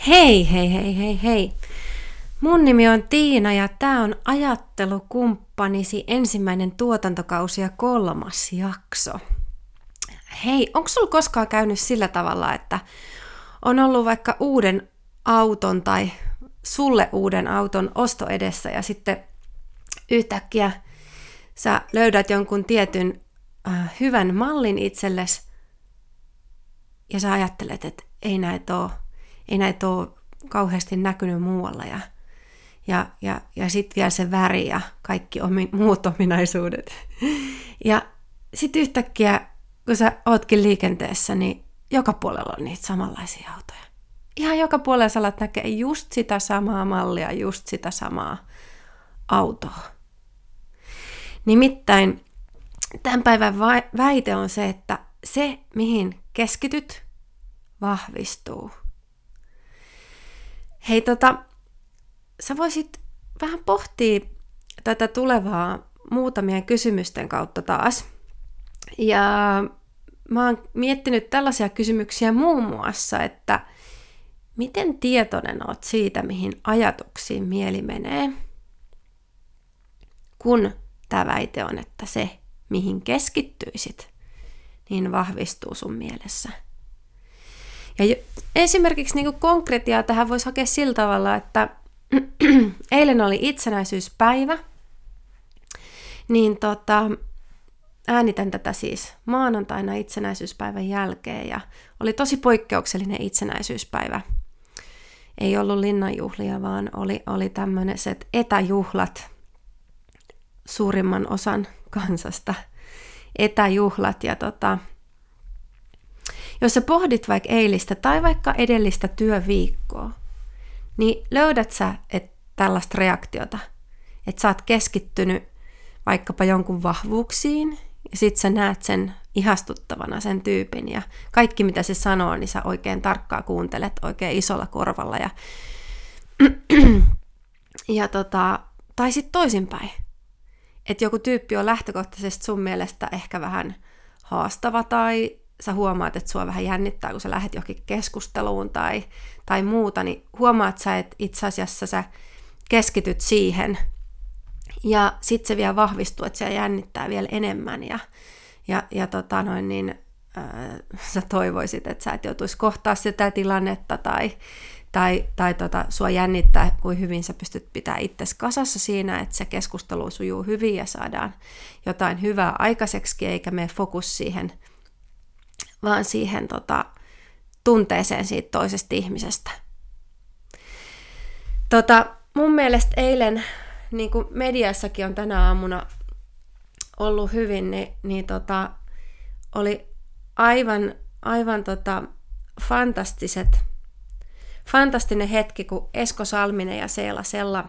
Hei, hei, hei, hei, hei. Mun nimi on Tiina ja tää on Ajattelukumppanisi ensimmäinen tuotantokausi ja 3. jakso. Hei, onko sulla koskaan käynyt sillä tavalla, että on ollut vaikka uuden auton tai sulle uuden auton osto edessä ja sitten yhtäkkiä sä löydät jonkun tietyn hyvän mallin itsellesi ja sä ajattelet, että ei näitä ole kauheasti näkynyt muualla ja sitten vielä se väri ja kaikki muut ominaisuudet. Ja sitten yhtäkkiä, kun sä ootkin liikenteessä, niin joka puolella on niitä samanlaisia autoja. Ihan joka puolella sä alat näkee just sitä samaa mallia, just sitä samaa autoa. Nimittäin tämän päivän väite on se, että se, mihin keskityt, vahvistuu. Hei, sä voisit vähän pohtia tätä tulevaa muutamien kysymysten kautta taas. Ja mä oon miettinyt tällaisia kysymyksiä muun muassa, että miten tietoinen oot siitä, mihin ajatuksiin mieli menee, kun tämä väite on, että se, mihin keskittyisit, niin vahvistuu sun mielessä. Ja esimerkiksi niin kuin konkretiaa tähän voisi hakea sillä tavalla, että eilen oli itsenäisyyspäivä, niin äänitän tätä siis maanantaina itsenäisyyspäivän jälkeen ja oli tosi poikkeuksellinen itsenäisyyspäivä. Ei ollut linnanjuhlia, vaan oli tämmöiset etäjuhlat suurimman osan kansasta. Etäjuhlat ja jos sä pohdit vaikka eilistä tai vaikka edellistä työviikkoa, niin löydät sä tällaista reaktiota, että sä oot keskittynyt vaikkapa jonkun vahvuuksiin ja sit sä näet sen ihastuttavana sen tyypin ja kaikki mitä se sanoo, niin sä oikein tarkkaan kuuntelet oikein isolla korvalla tai sit toisinpäin, että joku tyyppi on lähtökohtaisesti sun mielestä ehkä vähän haastava tai sä huomaat, että sua vähän jännittää, kun sä lähdet johonkin keskusteluun tai muuta, niin huomaat sä, että itse asiassa sä keskityt siihen ja sit se vielä vahvistuu, että se jännittää vielä enemmän sä toivoisit, että sä et joutuisi kohtaa sitä tilannetta tai sua jännittää, kuin hyvin sä pystyt pitämään itsesi kasassa siinä, että se keskustelu sujuu hyvin ja saadaan jotain hyvää aikaiseksi, eikä mene fokus siihen vaan siihen tunteeseen siitä toisesta ihmisestä. Mun mielestä eilen, niin kuin mediassakin on tänä aamuna ollut hyvin, oli aivan fantastinen hetki, kun Esko Salminen ja Seela Sella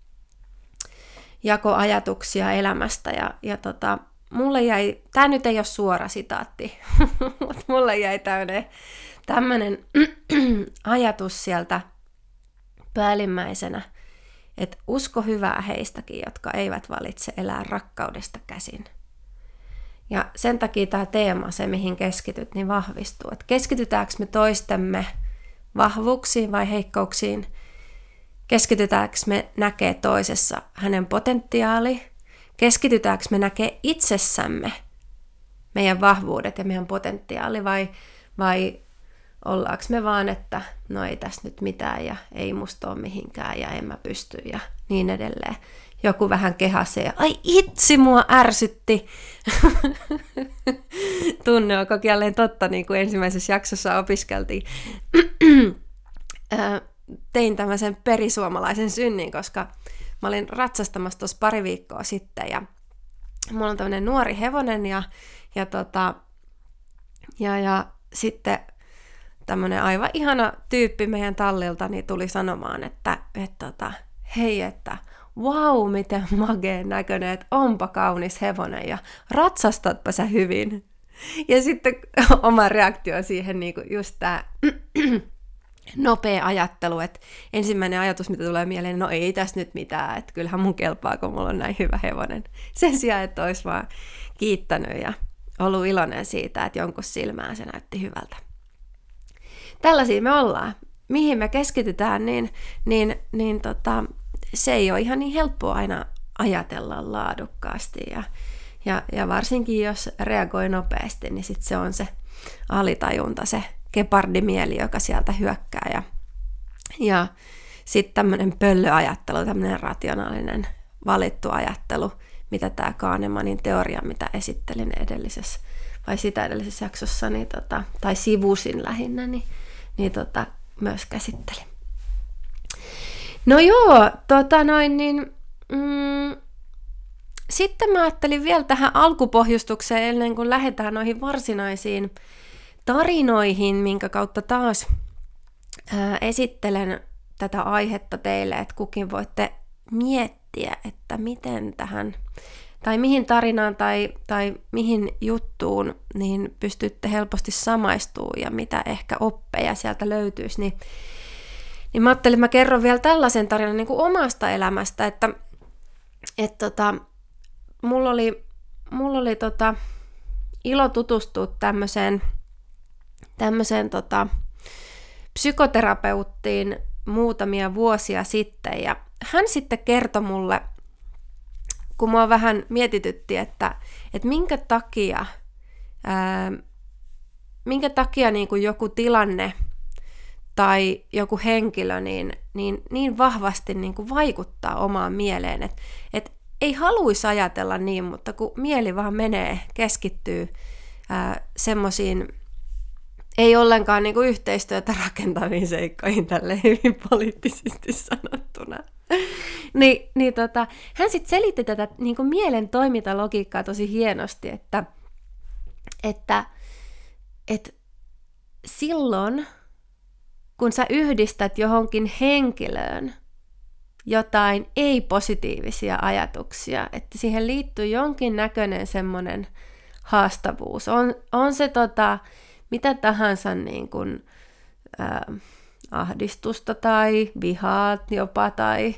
jako ajatuksia elämästä ja mulle jäi, tämä nyt ei ole suora sitaatti, mutta mulle jäi tämmöinen ajatus sieltä päällimmäisenä, että usko hyvää heistäkin, jotka eivät valitse elää rakkaudesta käsin. Ja sen takia tämä teema, se mihin keskityt, niin vahvistuu. Että keskitytäänkö me toistemme vahvuuksiin vai heikkouksiin? Keskitytäänkö me näkee toisessa hänen potentiaali? Keskitytäänkö me näkee itsessämme meidän vahvuudet ja meidän potentiaali vai ollaanko me vaan, että no ei tässä nyt mitään ja ei musta ole mihinkään ja en mä pysty ja niin edelleen. Joku vähän kehasee ja ai itsi mua ärsytti. Tunne on jälleen totta, niin kuin ensimmäisessä jaksossa opiskeltiin. Tein tämmöisen perisuomalaisen synnin, koska mä olin ratsastamassa tuossa pari viikkoa sitten ja mulla on tämmöinen nuori hevonen ja sitten tämmöinen aivan ihana tyyppi meidän tallilta niin tuli sanomaan, että hei, että vau, miten mageen näköinen, että onpa kaunis hevonen ja ratsastatpa sä hyvin. Ja sitten oma reaktio siihen niin kuin just tää nopea ajattelu, että ensimmäinen ajatus, mitä tulee mieleen, no ei tässä nyt mitään, että kyllähän mun kelpaa, kun mulla on näin hyvä hevonen. Sen sijaan, että olisi vaan kiittänyt ja ollut iloinen siitä, että jonkun silmään se näytti hyvältä. Tällaisia me ollaan. mihin me keskitytään, se ei ole ihan niin helppoa aina ajatella laadukkaasti. Ja varsinkin jos reagoi nopeasti, niin sit se on se alitajunta, se gepardimieli, joka sieltä hyökkää. Ja sitten tämmöinen pöllöajattelu, tämmöinen rationaalinen valittu ajattelu, mitä tämä Kahnemanin teoria, mitä esittelin edellisessä jaksossa, tai sivusin lähinnä, myös käsitteli. No joo, sitten mä ajattelin vielä tähän alkupohjustukseen, ennen kuin lähdetään noihin varsinaisiin tarinoihin, minkä kautta taas esittelen tätä aihetta teille, että kukin voitte miettiä, että miten tähän, tai mihin tarinaan tai mihin juttuun, niin pystytte helposti samaistumaan ja mitä ehkä oppeja sieltä löytyisi. Niin mä ajattelin, että mä kerron vielä tällaisen tarinan niin kuin omasta elämästä, että mulla oli ilo tutustua tämmöiseen psykoterapeuttiin muutamia vuosia sitten, ja hän sitten kertoi mulle, kun mua vähän mietitytti, että minkä takia niin kuin joku tilanne tai joku henkilö niin vahvasti niin kuin vaikuttaa omaan mieleen, että ei haluaisi ajatella niin, mutta kun mieli vaan keskittyy semmoisiin ei ollenkaan niin kuin yhteistyötä rakentaviin seikkoihin, tälleen hyvin poliittisesti sanottuna. Hän sitten selitti tätä niin kuin mielen toimintalogiikkaa tosi hienosti, että silloin, kun sä yhdistät johonkin henkilöön jotain ei-positiivisia ajatuksia, että siihen liittyy jonkin näköinen semmoinen haastavuus. On se mitä tahansa niin kuin, ahdistusta tai vihaa jopa, tai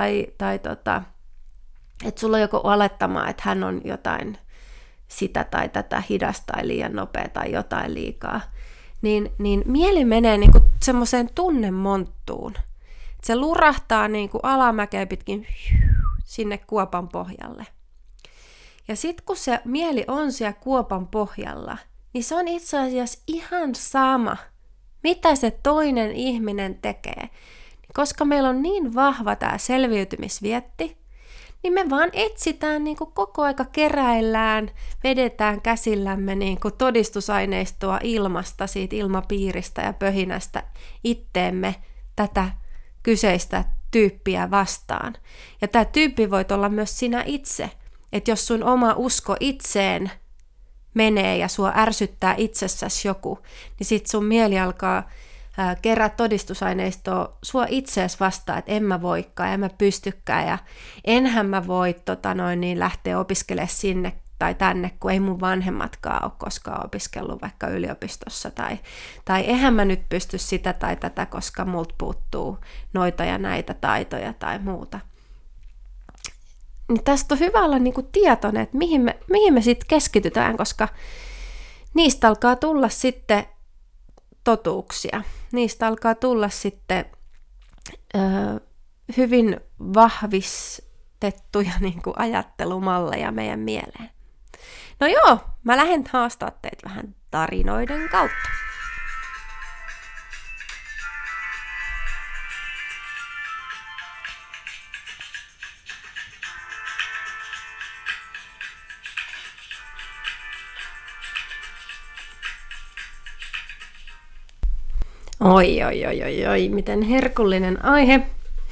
että sulla on joku olettama, että hän on jotain sitä tai tätä hidasta tai liian nopea tai jotain liikaa, niin mieli menee niin kuin semmoiseen tunnemonttuun. Se lurahtaa niin kuin alamäkeä pitkin sinne kuopan pohjalle. Ja sitten kun se mieli on siellä kuopan pohjalla, niin se on itse asiassa ihan sama, mitä se toinen ihminen tekee. Koska meillä on niin vahva tämä selviytymisvietti, niin me vaan etsitään niin kuin koko aika, keräillään, vedetään käsillämme niin kuin todistusaineistoa ilmasta, siitä ilmapiiristä ja pöhinästä itteemme tätä kyseistä tyyppiä vastaan. Ja tämä tyyppi voi olla myös sinä itse, että jos sun oma usko itseen menee ja sua ärsyttää itsessäsi joku, niin sit sun mieli alkaa kerää todistusaineistoa sua itseesi vastaan, että en mä voikaan, en mä pystykään ja enhän mä voi lähteä opiskelemaan sinne tai tänne, kun ei mun vanhemmatkaan ole koskaan opiskellut vaikka yliopistossa tai eihän mä nyt pysty sitä tai tätä, koska multa puuttuu noita ja näitä taitoja tai muuta. Niin tästä on hyvä olla niinku tietoinen, että mihin me sitten keskitytään, koska niistä alkaa tulla sitten totuuksia. Niistä alkaa tulla sitten hyvin vahvistettuja niinku ajattelumalleja meidän mieleen. No joo, mä lähden haastaa teitä vähän tarinoiden kautta. Oi, miten herkullinen aihe.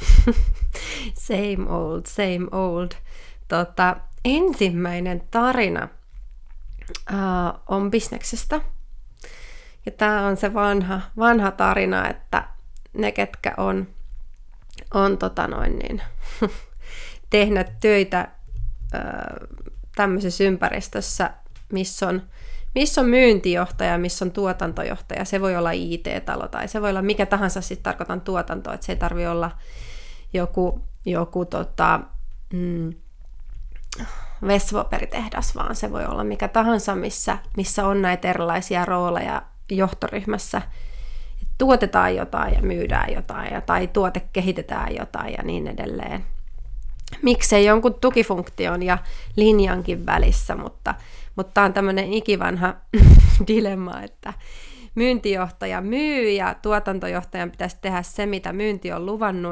Same old. Ensimmäinen tarina on bisneksestä. Ja tää on se vanha tarina, että ne, ketkä on tehnyt töitä tämmöisessä ympäristössä, missä on myyntijohtaja, missä on tuotantojohtaja. Se voi olla IT-talo tai se voi olla mikä tahansa, sitten tarkoitan tuotantoa, että se ei tarvitse olla joku vesvoperitehdas, vaan se voi olla mikä tahansa, missä on näitä erilaisia rooleja johtoryhmässä. tuotetaan jotain ja myydään jotain tai tuotekehitetään jotain ja niin edelleen. Miksei jonkun tukifunktion ja linjankin välissä, mutta tämä on tämmöinen ikivanha dilemma, että myyntijohtaja myy ja tuotantojohtajan pitäisi tehdä se, mitä myynti on luvannut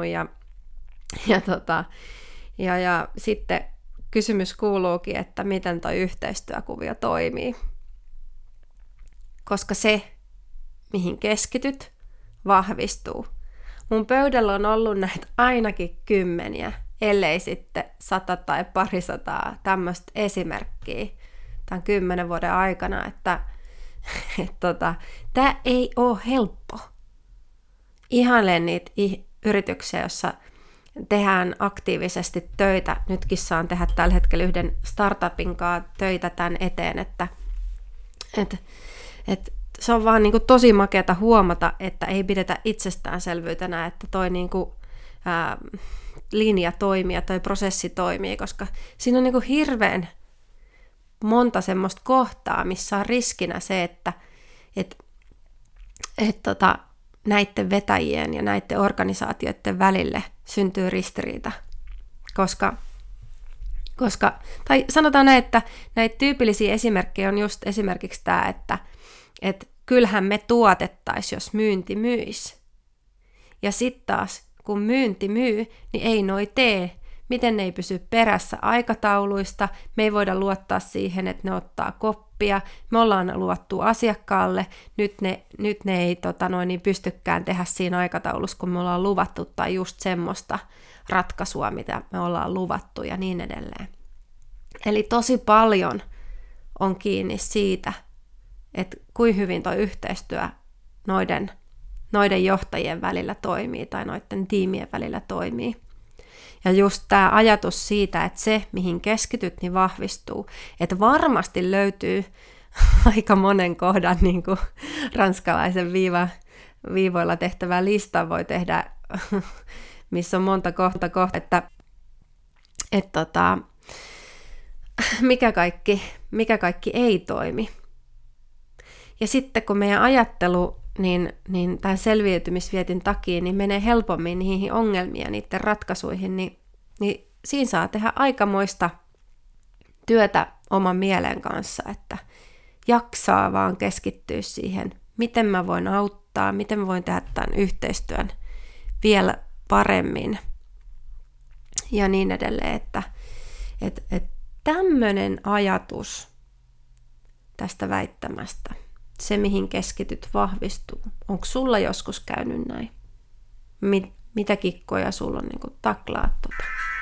ja sitten kysymys kuuluukin, että miten tuo yhteistyökuvio toimii. Koska se, mihin keskityt, vahvistuu. Mun pöydällä on ollut näitä ainakin 10, ellei sitten 100 tai 200 tämmöistä esimerkkiä tämän 10 vuoden aikana, että tämä ei ole helppo. Ihailen niitä yrityksiä, joissa tehdään aktiivisesti töitä. Nytkin saan tehdä tällä hetkellä yhden startupin kanssa töitä tämän eteen, että se on vaan niin kuin tosi makeata huomata, että ei pidetä itsestäänselvyytenä, että toi niin kuin, linja toimii ja toi prosessi toimii, koska siinä on niin kuin hirveän monta semmoista kohtaa, missä on riskinä se, että näiden vetäjien ja näiden organisaatioiden välille syntyy ristiriita. Tai sanotaan näin, että näitä tyypillisiä esimerkkejä on just esimerkiksi tämä, että kyllähän me tuotettaisiin, jos myynti myisi. Ja sitten taas, kun myynti myy, niin ei noi tee. Miten ne ei pysy perässä aikatauluista, me ei voida luottaa siihen, että ne ottaa koppia, me ollaan luottu asiakkaalle, nyt ne ei pystykään tehdä siinä aikataulussa, kun me ollaan luvattu, tai just semmoista ratkaisua, mitä me ollaan luvattu ja niin edelleen. Eli tosi paljon on kiinni siitä, että kuinka hyvin tuo yhteistyö noiden johtajien välillä toimii tai noiden tiimien välillä toimii. Ja just tämä ajatus siitä, että se, mihin keskityt, niin vahvistuu. Että varmasti löytyy aika monen kohdan, niin kuin ranskalaisen viivoilla tehtävä lista voi tehdä, missä on monta kohtaa, että mikä kaikki ei toimi. Ja sitten kun meidän ajattelu niin tämän selviytymisvietin takia niin menee helpommin niihin ongelmiin ja niiden ratkaisuihin, niin siinä saa tehdä aikamoista työtä oman mielen kanssa, että jaksaa vaan keskittyä siihen, miten mä voin auttaa, miten mä voin tehdä tämän yhteistyön vielä paremmin ja niin edelleen, että tämmöinen ajatus tästä väittämästä, se mihin keskityt vahvistuu. Onko sulla joskus käynyt näin? Mitä kikkoja sulla on niin kuin taklaa tota?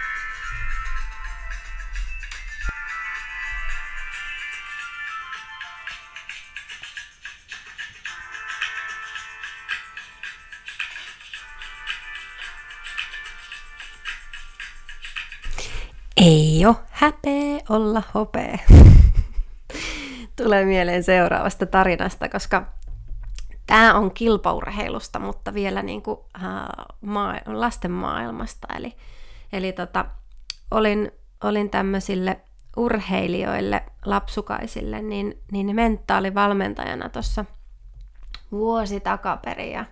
Ei oo häpeä olla hopea. Tulee mieleen seuraavasta tarinasta, koska tämä on kilpaurheilusta, mutta vielä niin kuin, lasten maailmasta. Eli olin tämmöisille urheilijoille, lapsukaisille, niin mentaalivalmentajana tuossa vuosi takaperin. Ja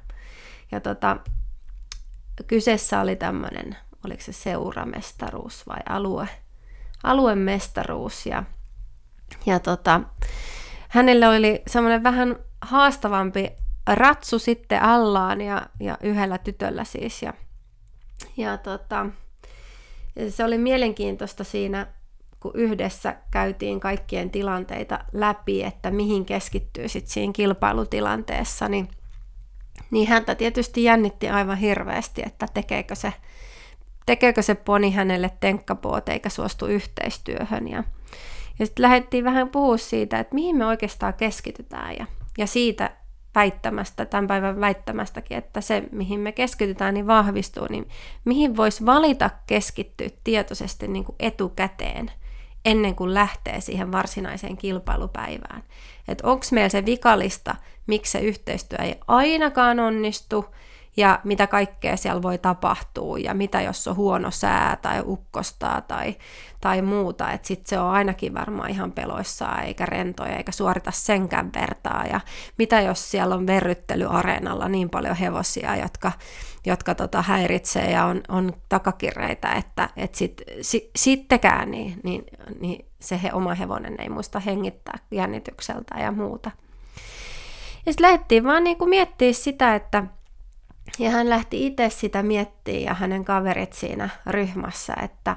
kyseessä oli tämmöinen, oliko se seuramestaruus vai aluemestaruus. Ja hänellä oli semmoinen vähän haastavampi ratsu sitten allaan ja yhdellä tytöllä siis. Ja se oli mielenkiintoista siinä, kun yhdessä käytiin kaikkien tilanteita läpi, että mihin keskittyy sitten siinä kilpailutilanteessa, niin häntä tietysti jännitti aivan hirveästi, että tekeekö se poni hänelle tenkkapoot eikä suostu yhteistyöhön. Ja sitten lähdettiin vähän puhua siitä, että mihin me oikeastaan keskitytään ja siitä väittämästä, tämän päivän väittämästäkin, että se mihin me keskitytään niin vahvistuu, niin mihin voisi valita keskittyä tietoisesti niin kuin etukäteen ennen kuin lähtee siihen varsinaiseen kilpailupäivään. Että onko meillä se vikalista, miksi se yhteistyö ei ainakaan onnistu ja mitä kaikkea siellä voi tapahtua, ja mitä jos on huono sää tai ukkostaa tai muuta, että sitten se on ainakin varmaan ihan peloissaan, eikä rentoja, eikä suorita senkään vertaa, ja mitä jos siellä on verryttelyareenalla niin paljon hevosia, jotka häiritsee ja on takakireitä, että sittenkään niin se oma hevonen ei muista hengittää jännitykseltä ja muuta. Ja sitten lähdettiin vaan niin kuin miettimään sitä, ja hän lähti itse sitä miettimään ja hänen kaverit siinä ryhmässä, että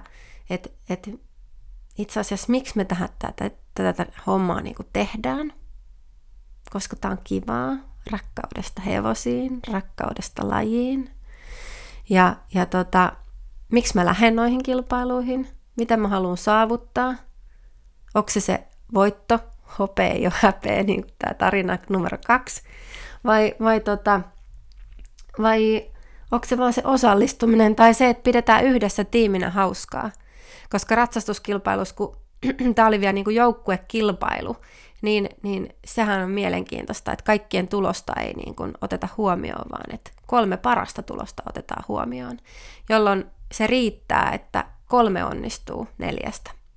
itse asiassa miksi me tätä hommaa niin kuin tehdään, koska tämä on kivaa, rakkaudesta hevosiin, rakkaudesta lajiin. Ja miksi mä lähden noihin kilpailuihin, mitä mä haluan saavuttaa, onko se voitto, hopea ei ole häpeä, niin kuin tämä tarina numero 2, vai onko se vaan se osallistuminen tai se, että pidetään yhdessä tiiminä hauskaa. Koska ratsastuskilpailussa, kun tämä oli vielä niin kuin joukkuekilpailu, niin sehän on mielenkiintoista, että kaikkien tulosta ei niin kuin oteta huomioon, vaan että 3 parasta tulosta otetaan huomioon, jolloin se riittää, että 3 onnistuu 4.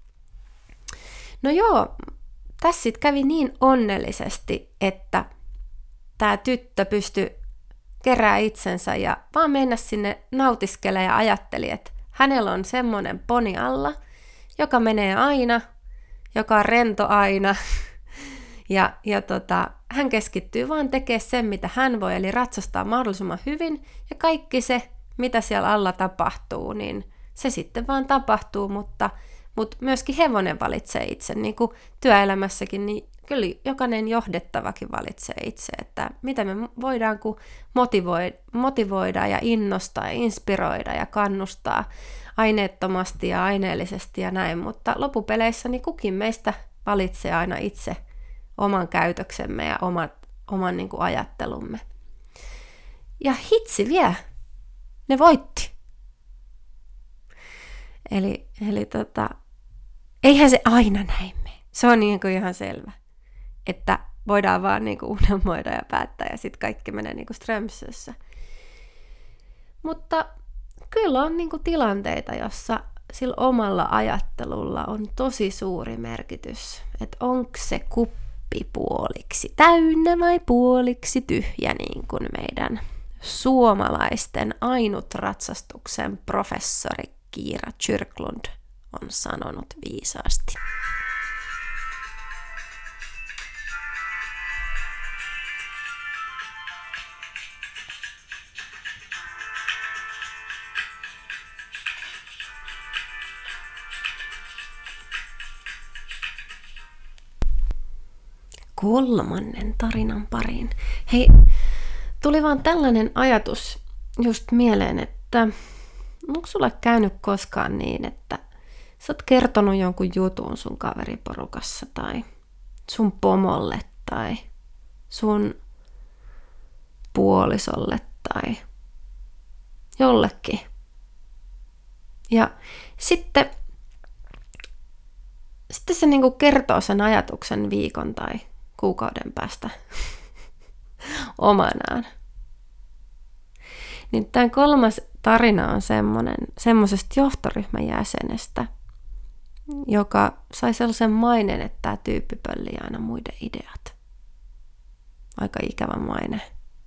No joo, tässä sitten kävi niin onnellisesti, että tämä tyttö pystyi kerää itsensä ja vaan mennä sinne nautiskelemaan ja ajatteli, että hänellä on semmoinen poni alla, joka menee aina, joka on rento aina. Ja hän keskittyy vaan tekemään sen, mitä hän voi, eli ratsastaa mahdollisimman hyvin. Ja kaikki se, mitä siellä alla tapahtuu, niin se sitten vaan tapahtuu, mutta myöskin hevonen valitsee itse. Niin kuin työelämässäkin, niin kyllä jokainen johdettavakin valitsee itse, että mitä me voidaan motivoida ja innostaa ja inspiroida ja kannustaa aineettomasti ja aineellisesti ja näin, mutta loppupeleissä niin kukin meistä valitsee aina itse oman käytöksemme ja oman niin kuin ajattelumme. Ja hitsi vie, ne voitti. Eli eihän se aina näin mene. Se on niin kuin ihan selvä, että voidaan vaan niin kuin unelmoida ja päättää ja sitten kaikki menee niin kuin Strömsössä. Mutta kyllä on niin kuin tilanteita, jossa sillä omalla ajattelulla on tosi suuri merkitys, että onko se kuppi puoliksi täynnä vai puoliksi tyhjä, niin kuin meidän suomalaisten ainut ratsastuksen professori Kiira Kyrklund on sanonut viisaasti. Kolmannen tarinan pariin. Hei, tuli vaan tällainen ajatus just mieleen, että onko sulla käynyt koskaan niin, että sä oot kertonut jonkun jutun sun kaveriporukassa tai sun pomolle tai sun puolisolle tai jollekin. Ja sitten se niinku kertoo sen ajatuksen viikon tai kuukauden päästä omanaan. Niin tämän 3. tarina on semmoisesta johtoryhmän jäsenestä, joka sai sellaisen mainen, että tämä tyyppi pöllii aina muiden ideat. Aika ikävä maine.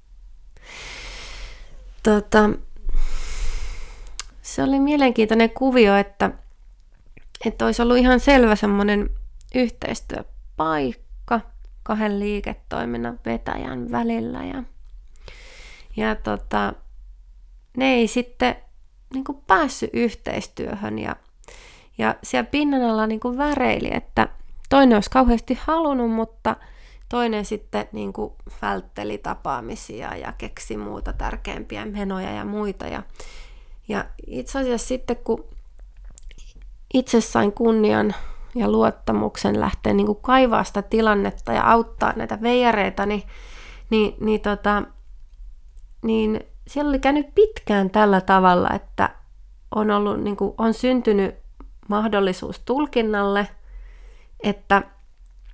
Se oli mielenkiintoinen kuvio, että olisi ollut ihan selvä semmoinen yhteistyöpaikka 2 liiketoiminnan vetäjän välillä. Ja ne ei sitten niin kuin päässyt yhteistyöhön ja siellä pinnan alla niin kuin väreili, että toinen olisi kauheasti halunnut, mutta toinen sitten niin kuin vältteli tapaamisia ja keksi muuta tärkeämpiä menoja ja muita. Ja itse asiassa sitten, kun itse sain kunnian ja luottamuksen lähteä niin kuin kaivaa sitä tilannetta ja auttaa näitä veijareita, niin siellä oli käynyt pitkään tällä tavalla, että on syntynyt mahdollisuus tulkinnalle, että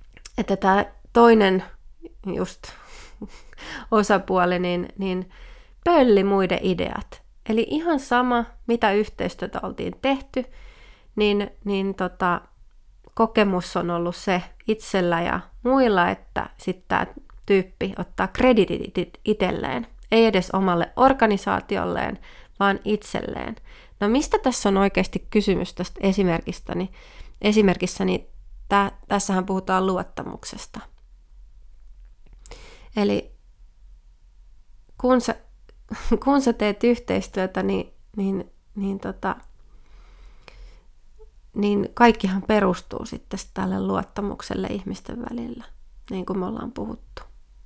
tämä toinen just osapuoli niin pölli muiden ideat. Eli ihan sama, mitä yhteistyötä oltiin tehty, niin kokemus on ollut se itsellä ja muilla, että sitten tämä tyyppi ottaa krediitit itselleen. Ei edes omalle organisaatiolleen, vaan itselleen. No mistä tässä on oikeasti kysymys tästä esimerkissä, niin tässähän puhutaan luottamuksesta. Eli kun sä teet yhteistyötä, niin kaikkihan perustuu sitten tälle luottamukselle ihmisten välillä, niin kuin me ollaan puhuttu.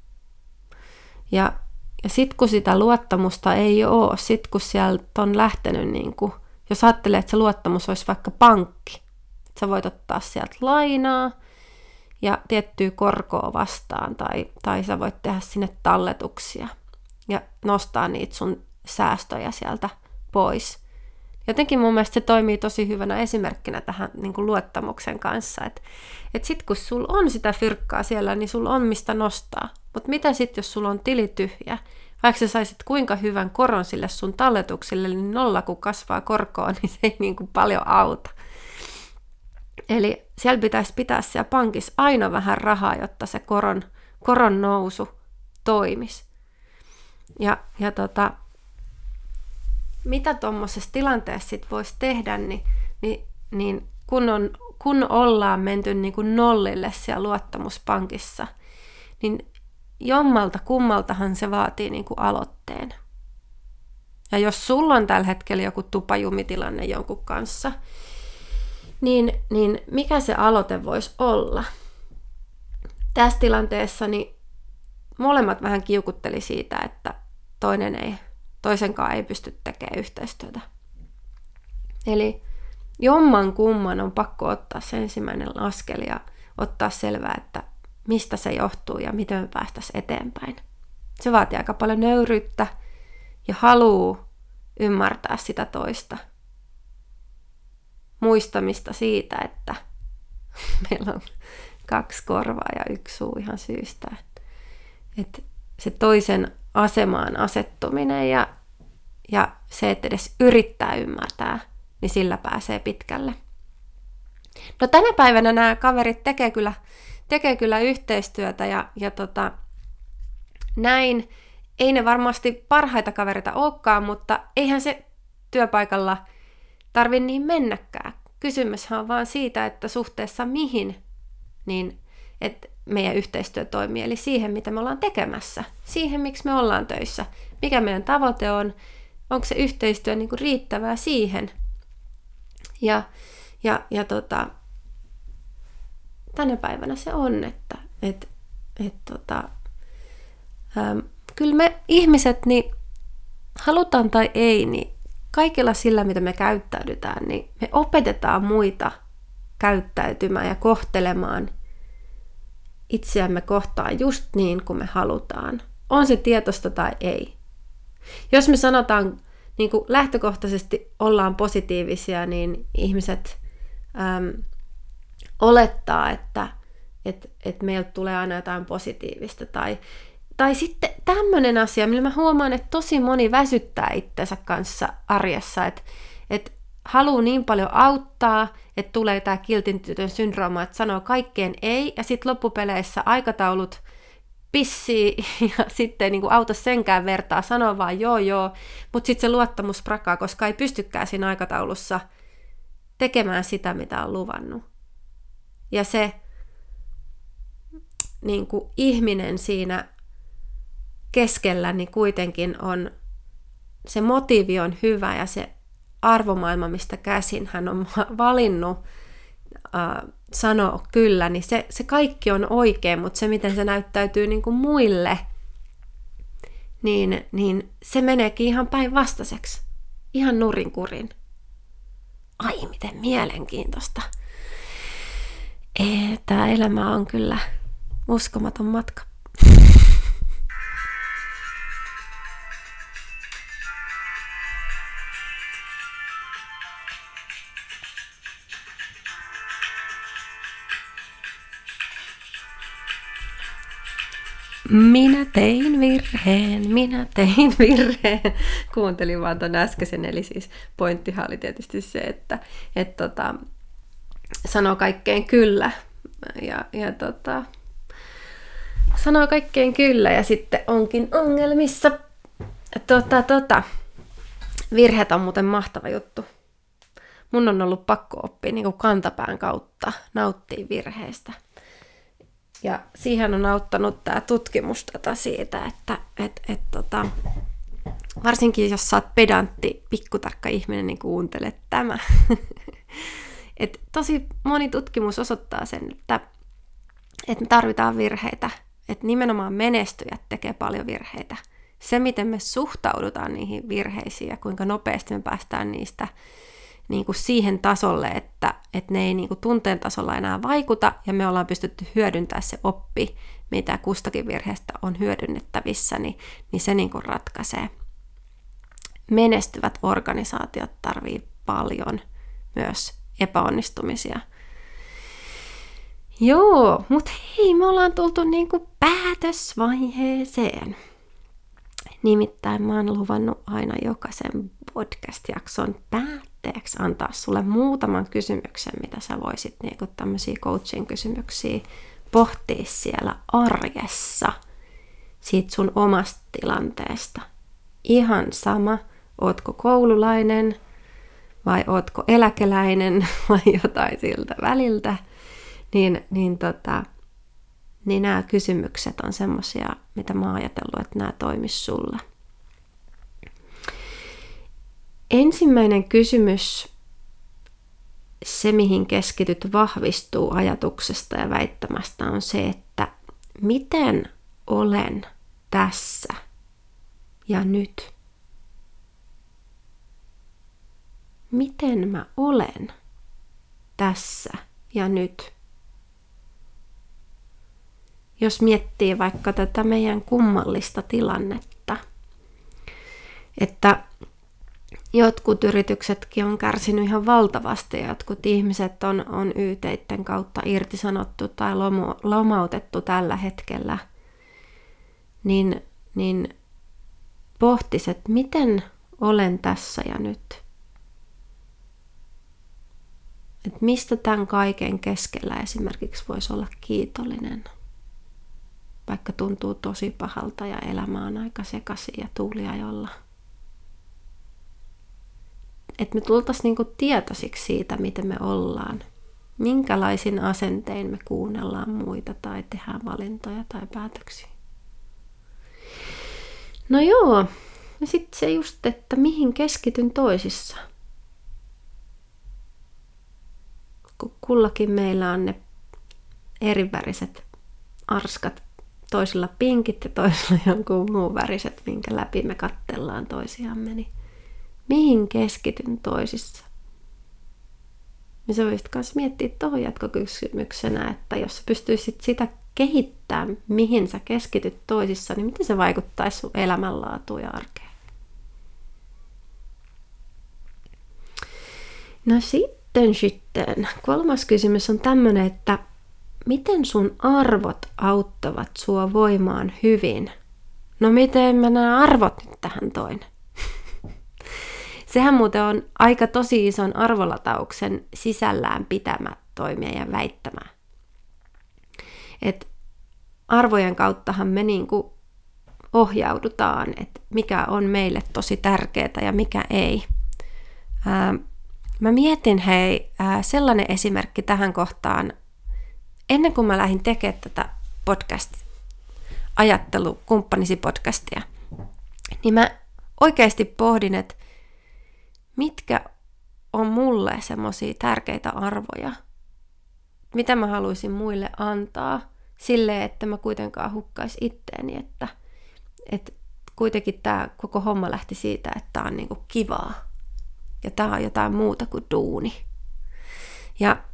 Ja sitten kun sitä luottamusta ei ole, sitten kun sieltä on lähtenyt, jos ajattelee, että se luottamus olisi vaikka pankki, että sä voit ottaa sieltä lainaa ja tiettyä korkoa vastaan, tai sä voit tehdä sinne talletuksia ja nostaa niitä sun säästöjä sieltä pois. Jotenkin mun mielestä se toimii tosi hyvänä esimerkkinä tähän luottamuksen kanssa, että sit kun sulla on sitä fyrkkaa siellä, niin sulla on mistä nostaa. Mutta mitä sitten, jos sulla on tili tyhjä? Vaikka sä saisit kuinka hyvän koron sille sun talletuksille, niin nolla kun kasvaa korkoa, niin se ei paljon auta. Eli siellä pitäisi pitää siellä pankissa aina vähän rahaa, jotta se koron nousu toimisi. Ja mitä tuommoisessa tilanteessa sit voisi tehdä, niin kun ollaan menty nollille siellä luottamuspankissa, niin jommalta kummaltahan se vaatii aloitteen. Ja jos sulla on tällä hetkellä joku tupajumitilanne jonkun kanssa, niin mikä se aloite voisi olla? Tässä tilanteessa niin molemmat vähän kiukutteli siitä, että toisenkaan ei pysty tekemään yhteistyötä. Eli jomman kumman on pakko ottaa se ensimmäinen askel ja ottaa selvää, että mistä se johtuu ja miten me päästäisiin eteenpäin. Se vaatii aika paljon nöyryyttä ja haluu ymmärtää sitä toista. Muistamista siitä, että meillä on 2 korvaa ja 1 suu ihan syystä. Että se toisen asemaan asettuminen ja se, että edes yrittää ymmärtää, niin sillä pääsee pitkälle. No tänä päivänä nämä kaverit tekee kyllä yhteistyötä ja näin. Ei ne varmasti parhaita kavereita olekaan, mutta eihän se työpaikalla tarvitse niin mennäkään. Kysymyshän on vaan siitä, että suhteessa mihin, niin että meidän yhteistyö toimii, eli siihen, mitä me ollaan tekemässä, siihen, miksi me ollaan töissä, mikä meidän tavoite on, onko se yhteistyö riittävää siihen. Ja tänä päivänä se on, että kyllä me ihmiset, niin halutaan tai ei, niin kaikilla sillä, mitä me käyttäydytään, niin me opetetaan muita käyttäytymään ja kohtelemaan itseämme kohtaan just niin kuin me halutaan. On se tietoista tai ei. Jos me sanotaan, niin kuin lähtökohtaisesti ollaan positiivisia, niin ihmiset olettaa, että meiltä tulee aina jotain positiivista. Tai sitten tämmöinen asia, millä mä huomaan, että tosi moni väsyttää itsensä kanssa arjessa, että haluaa niin paljon auttaa, että tulee tämä kiltin tytön syndrooma, että sanoo kaikkeen ei, ja sitten loppupeleissä aikataulut pissii, ja sitten auta senkään vertaa, sanoo vaan joo, mutta sitten se luottamus prakaa, koska ei pystykään siinä aikataulussa tekemään sitä, mitä on luvannut. Ja se ihminen siinä keskellä niin kuitenkin on, se motiivi on hyvä ja se arvomaailma, mistä käsin hän on valinnut sanoa kyllä, niin se kaikki on oikein, mutta se, miten se näyttäytyy muille, niin se meneekin ihan päinvastaiseksi. Ihan nurinkurin. Ai, miten mielenkiintoista. Tämä elämä on kyllä uskomaton matka. Minä tein virheen. Kuuntelin vaan ton äskeisen, eli siis pointtihan oli tietysti se, että sanoo kaikkeen kyllä. Ja sanoo kaikkeen kyllä ja sitten onkin ongelmissa. Virheet on muuten mahtava juttu. Mun on ollut pakko oppia niin kuin kantapään kautta nauttia virheistä. Ja siihen on auttanut tämä tutkimusdata siitä, että varsinkin jos sä oot pedantti, pikkutarkka ihminen, niin kuuntelet tämä. Et tosi moni tutkimus osoittaa sen, että me tarvitaan virheitä. Että nimenomaan menestyjät tekee paljon virheitä. Se, miten me suhtaudutaan niihin virheisiin ja kuinka nopeasti me päästään niistä niin kuin siihen tasolle, että ne ei niin kuin tunteen tasolla enää vaikuta ja me ollaan pystytty hyödyntämään se oppi, mitä kustakin virheestä on hyödynnettävissä, niin se niin kuin ratkaisee. Menestyvät organisaatiot tarvii paljon myös epäonnistumisia. Joo, mutta hei, me ollaan tultu niin kuin päätösvaiheeseen. Nimittäin mä oon luvannut aina jokaisen podcast-jakson päätteeksi antaa sulle muutaman kysymyksen, mitä sä voisit niinku tämmöisiä coaching-kysymyksiä pohtia siellä arjessa siitä sun omasta tilanteesta. Ihan sama, ootko koululainen vai ootko eläkeläinen vai jotain siltä väliltä, niin nämä kysymykset on semmoisia, mitä mä oon ajatellut, että nämä toimis sulle. Ensimmäinen kysymys, se mihin keskityt vahvistuu ajatuksesta ja väittämästä, on se, että miten olen tässä ja nyt? Miten mä olen tässä ja nyt? Jos miettii vaikka tätä meidän kummallista tilannetta, että jotkut yrityksetkin on kärsinyt ihan valtavasti ja jotkut ihmiset on yteitten kautta irtisanottu tai lomautettu tällä hetkellä, niin pohtis, että miten olen tässä ja nyt. Että mistä tämän kaiken keskellä esimerkiksi voisi olla kiitollinen. Vaikka tuntuu tosi pahalta ja elämä on aika sekaisin ja tuuliajolla. Että me tultaisiin niinku tietoisiksi siitä, miten me ollaan. Minkälaisin asentein me kuunnellaan muita tai tehdään valintoja tai päätöksiä. No joo, ja sitten se just, että mihin keskityn toisissa. Kun kullakin meillä on ne eriväriset arskat, toisilla pinkit ja toisilla jonkun muun väriset, minkä läpi me katsellaan toisiamme, niin mihin keskityn toisissa? Ja sä voisit myös miettiä tuohon jatkokysymyksenä, että jos sä pystyisit sitä kehittämään, mihin sä keskityt toisissa, niin miten se vaikuttaisi sun elämänlaatuun ja arkeen? No sitten, kolmas kysymys on tämmöinen, että miten sun arvot auttavat sua voimaan hyvin? No miten mä nämä arvot nyt tähän toin? Sehän muuten on aika tosi ison arvolatauksen sisällään pitämä toimia ja väittämä. Et arvojen kauttahan me niinku ohjaudutaan, että mikä on meille tosi tärkeää ja mikä ei. Mä mietin sellainen esimerkki tähän kohtaan. Ennen kuin mä lähdin tekemään tätä ajattelu-kumppanisi podcastia, niin mä oikeasti pohdin, että mitkä on mulle semmosia tärkeitä arvoja, mitä mä haluaisin muille antaa, silleen, että mä kuitenkaan hukkais itteeni, että kuitenkin tää koko homma lähti siitä, että tää on niinku kivaa ja tää on jotain muuta kuin duuni. Ja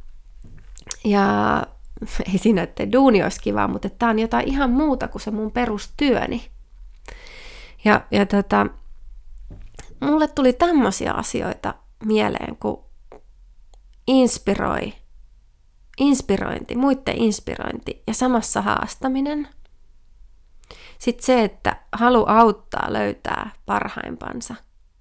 ei siinä, että duuni olisi kivaa, mutta tää on jotain ihan muuta kuin se mun perustyöni. Ja mulle tuli tämmöisiä asioita mieleen kuin inspirointi, muiden inspirointi ja samassa haastaminen. Sitten se, että halu auttaa löytää parhaimpansa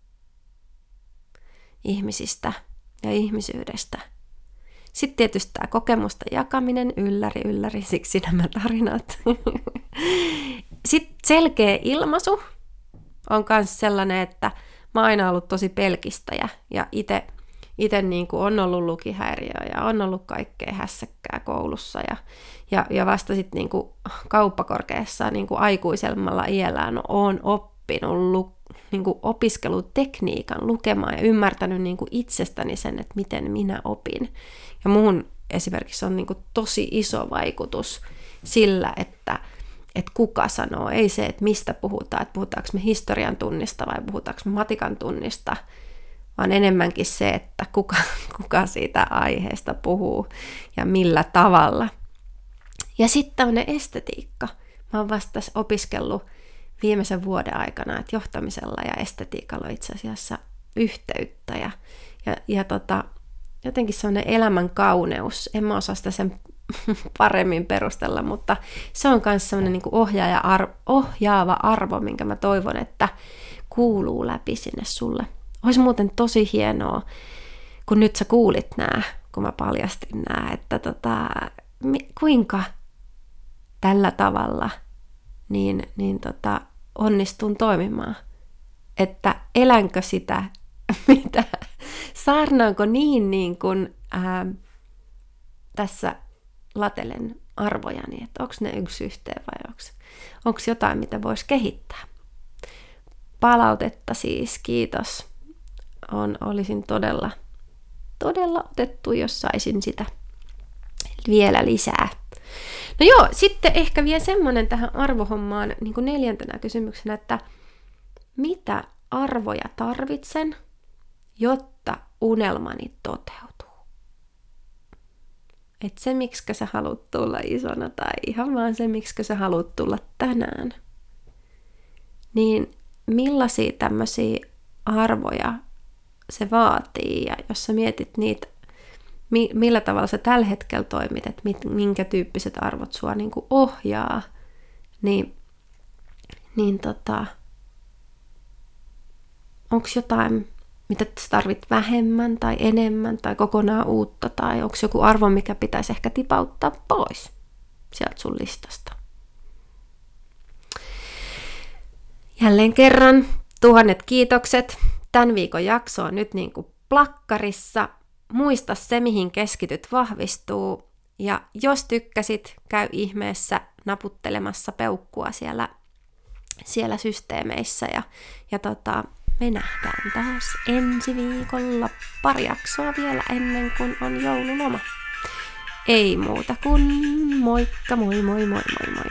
ihmisistä ja ihmisyydestä. Sitten tietysti tämä kokemusten jakaminen, ylläri, siksi nämä tarinat. Sitten selkeä ilmaisu on myös sellainen, että mä oon aina ollut tosi pelkistäjä ja itse niin kuin on ollut lukihäiriö ja on ollut kaikkea hässäkkää koulussa ja vasta sitten niin kuin kauppakorkeassa niin kuin aikuisemmalla iällään on oppinut niin kuin opiskelutekniikan lukemaan ja ymmärtänyt niin kuin itsestäni sen, että miten minä opin. Ja muhun esimerkiksi on niin kuin tosi iso vaikutus sillä, että kuka sanoo, ei se, että mistä puhutaan, että puhutaanko me historian tunnista vai puhutaanko me matikan tunnista, vaan enemmänkin se, että kuka siitä aiheesta puhuu ja millä tavalla. Ja sitten tämmöinen estetiikka. Mä oon vasta opiskellut viimeisen vuoden aikana, että johtamisella ja estetiikalla on itse asiassa yhteyttä ja jotenkin semmoinen elämän kauneus. En mä osaa sitä sen paremmin perustella, mutta se on myös semmoinen niin kuin ohjaava arvo, minkä mä toivon, että kuuluu läpi sinne sulle. Olisi muuten tosi hienoa, kun nyt sä kuulit nää, kun mä paljastin nää, että kuinka tällä tavalla onnistun toimimaan. Että elänkö sitä, mitä saarnaanko niin kuin tässä latelen arvojani, että onko ne yksi yhteen vai onko jotain, mitä voisi kehittää. Palautetta siis, kiitos. Olisin todella otettu, jos saisin sitä vielä lisää. No joo, sitten ehkä vielä semmoinen tähän arvohommaan niin kuin 4. kysymyksenä, että mitä arvoja tarvitsen, jotta unelmani toteutuu? Että se, miksi sä haluat tulla isona tai ihan vaan se, miksi sä haluat tulla tänään, niin millaisia tämmöisiä arvoja se vaatii ja jos sä mietit niitä, millä tavalla sä tällä hetkellä toimit, että minkä tyyppiset arvot sua niin kuin ohjaa, niin onko jotain, mitä sä tarvit vähemmän tai enemmän tai kokonaan uutta, tai onko joku arvo, mikä pitäisi ehkä tipauttaa pois sieltä sun listasta. Jälleen kerran 1000 kiitokset. Tämän viikon jakso on nyt niin kuin plakkarissa. Muista se, mihin keskityt vahvistuu. Ja jos tykkäsit, käy ihmeessä naputtelemassa peukkua siellä systeemeissä. Ja me nähdään taas ensi viikolla 2 jaksoa vielä ennen kuin on joululoma. Ei muuta kuin moikka, moi moi moi moi moi.